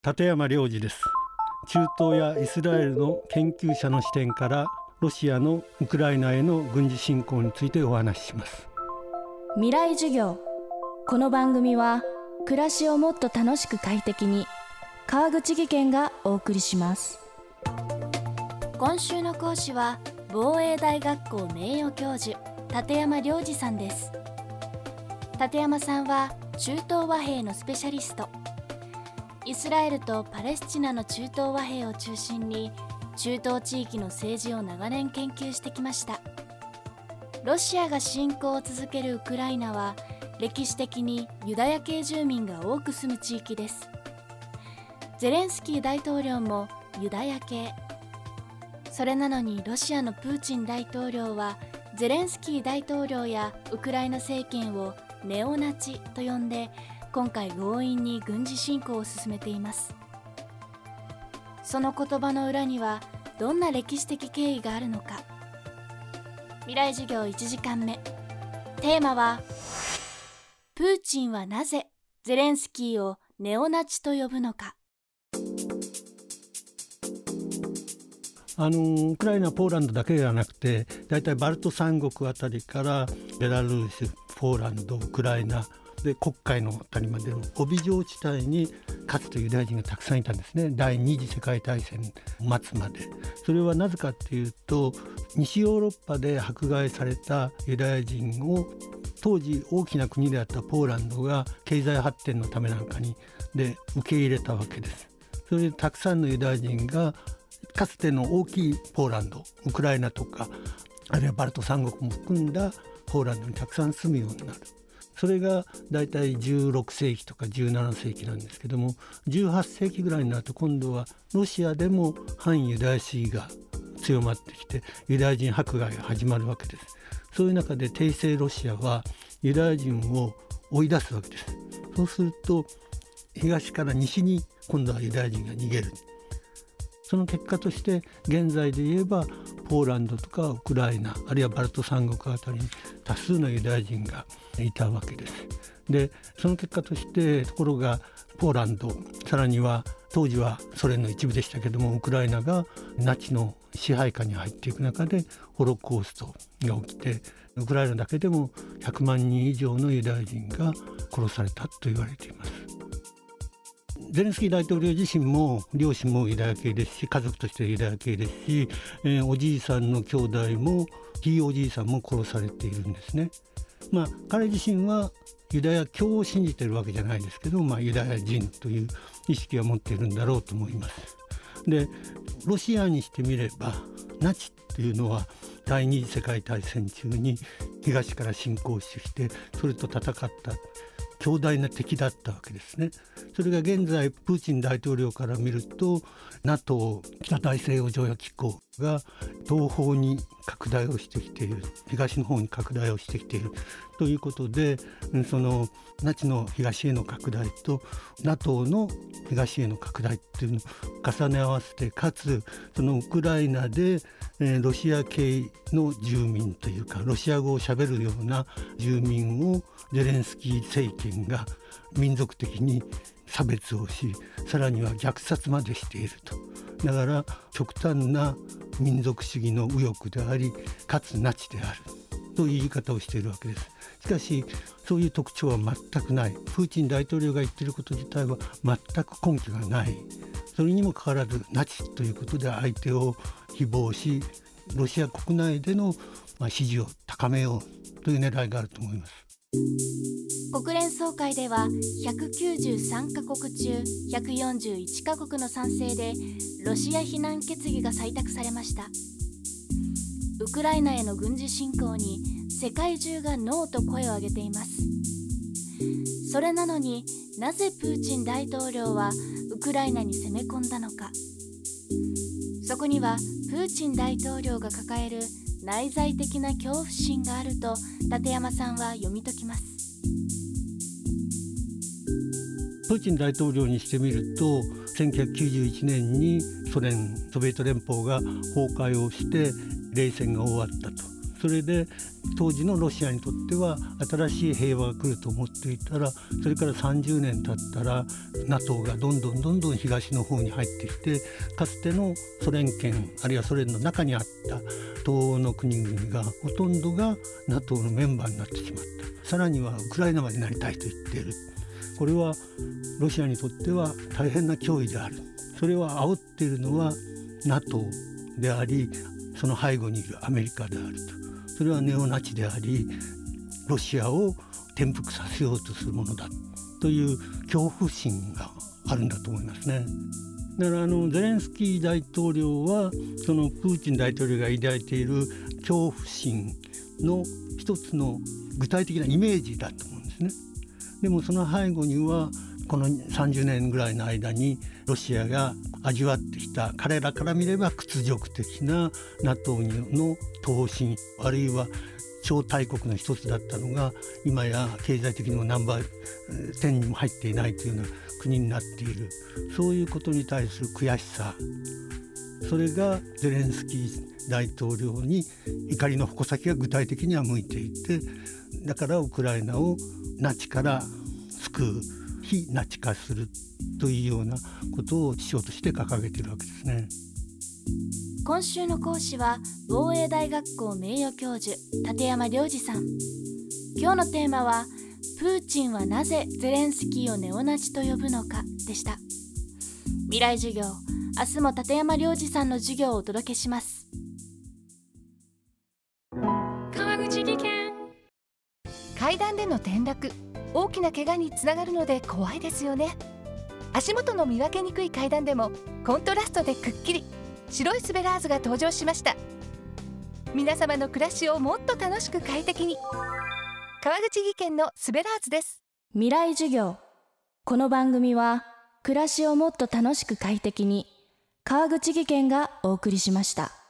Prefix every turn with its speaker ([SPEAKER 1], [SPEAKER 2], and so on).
[SPEAKER 1] 立山良二です。中東やイスラエルの研究者の視点からロシアのウクライナへの軍事侵攻についてお話しします。
[SPEAKER 2] 未来授業。この番組は暮らしをもっと楽しく快適に、川口義賢がお送りします。今週の講師は防衛大学校名誉教授立山良二さんです。立山さんは中東和平のスペシャリスト。イスラエルとパレスチナの中東和平を中心に中東地域の政治を長年研究してきました。ロシアが侵攻を続けるウクライナは歴史的にユダヤ系住民が多く住む地域です。ゼレンスキー大統領もユダヤ系。それなのにロシアのプーチン大統領はゼレンスキー大統領やウクライナ政権をネオナチと呼んで、今回強引に軍事侵攻を進めています。その言葉の裏にはどんな歴史的経緯があるのか。未来授業1時間目、テーマはプーチンはなぜゼレンスキーをネオナチと呼ぶのか。
[SPEAKER 1] ウクライナ、ポーランドだけではなくて、だいたいバルト三国あたりからベラルーシ、ポーランド、ウクライナで黒海のあたりまでの帯状地帯にかつてユダヤ人がたくさんいたんですね。第二次世界大戦末まで。それはなぜかというと、西ヨーロッパで迫害されたユダヤ人を当時大きな国であったポーランドが経済発展のためなんかにで受け入れたわけです。それでたくさんのユダヤ人がかつての大きいポーランド、ウクライナとかあるいはバルト三国も含んだポーランドにたくさん住むようになる。それがだいたい16世紀とか17世紀なんですけども、18世紀ぐらいになると今度はロシアでも反ユダヤ主義が強まってきて、ユダヤ人迫害が始まるわけです。そういう中で帝政ロシアはユダヤ人を追い出すわけです。そうすると東から西に今度はユダヤ人が逃げる。その結果として現在で言えばポーランドとかウクライナ、あるいはバルト三国あたりに多数のユダヤ人がいたわけです。でその結果としてところがポーランド、さらには当時はソ連の一部でしたけどもウクライナがナチの支配下に入っていく中でホロコーストが起きて、ウクライナだけでも100万人以上のユダヤ人が殺されたと言われています。ゼレンスキー大統領自身も両親もユダヤ系ですし、家族としてユダヤ系ですし、おじいさんの兄弟もひいおじいさんも殺されているんですね。彼自身はユダヤ教を信じているわけじゃないですけど、ユダヤ人という意識は持っているんだろうと思います。でロシアにしてみればナチっていうのは第二次世界大戦中に東から侵攻してきて、それと戦った強大な敵だったわけですね。それが現在プーチン大統領から見ると NATO 北大西洋条約機構が東方に拡大をしてきている、東の方に拡大をしてきているということで、そのナチの東への拡大と NATO の東への拡大っていうのを重ね合わせて、かつそのウクライナでロシア系の住民というかロシア語をしゃべるような住民をゼレンスキー政権が民族的に差別をし、さらには虐殺までしていると。だから極端な民族主義の右翼であり、かつナチであるという言い方をしているわけです。しかしそういう特徴は全くない。プーチン大統領が言っていること自体は全く根拠がない。それにもかかわらずナチということで相手を誹謗し、ロシア国内での支持を高めようという狙いがあると思います。
[SPEAKER 2] 国連総会では193カ国中141カ国の賛成でロシア非難決議が採択されました。ウクライナへの軍事侵攻に世界中がノーと声を上げています。それなのになぜプーチン大統領はウクライナに攻め込んだのか。そこにはプーチン大統領が抱える内在的な恐怖心があると立山さんは読み解きます。
[SPEAKER 1] プーチン大統領にしてみると、1991年にソビエト連邦が崩壊をして冷戦が終わったと。 それで当時のロシアにとっては新しい平和が来ると思っていたら、それから30年経ったら NATO がどんどん東の方に入ってきて、かつてのソ連圏あるいはソ連の中にあった東欧の国々がほとんどが NATO のメンバーになってしまった。さらにはウクライナまでなりたいと言っている。これはロシアにとっては大変な脅威である。それは煽っているのは NATO であり、その背後にいるアメリカであると。それはネオナチであり、ロシアを転覆させようとするものだという恐怖心があるんだと思いますね。だからゼレンスキー大統領はそのプーチン大統領が抱いている恐怖心の一つの具体的なイメージだと思うんですね。でもその背後にはこの30年ぐらいの間にロシアが味わってきた、彼らから見れば屈辱的な NATO の闘争、あるいは超大国の一つだったのが今や経済的にもナンバー10にも入っていないというような国になっている。そういうことに対する悔しさ、それがゼレンスキー大統領に怒りの矛先が具体的には向いていて、だからウクライナをナチから救う、非ナチ化するというようなことを主張として掲げているわけですね。
[SPEAKER 2] 今週の講師は防衛大学校名誉教授立山良司さん。今日のテーマはプーチンはなぜゼレンスキーをネオナチと呼ぶのかでした。未来授業、明日も立山良司さんの授業をお届けします。
[SPEAKER 3] 川口技研。階段での転落、大きな怪我につながるので怖いですよね。足元の見分けにくい階段でもコントラストでくっきり白いスベラーズが登場しました。皆様の暮らしをもっと楽しく快適に、川口技研のスベラーズです。
[SPEAKER 2] 未来授業。この番組は暮らしをもっと楽しく快適に、川口技研がお送りしました。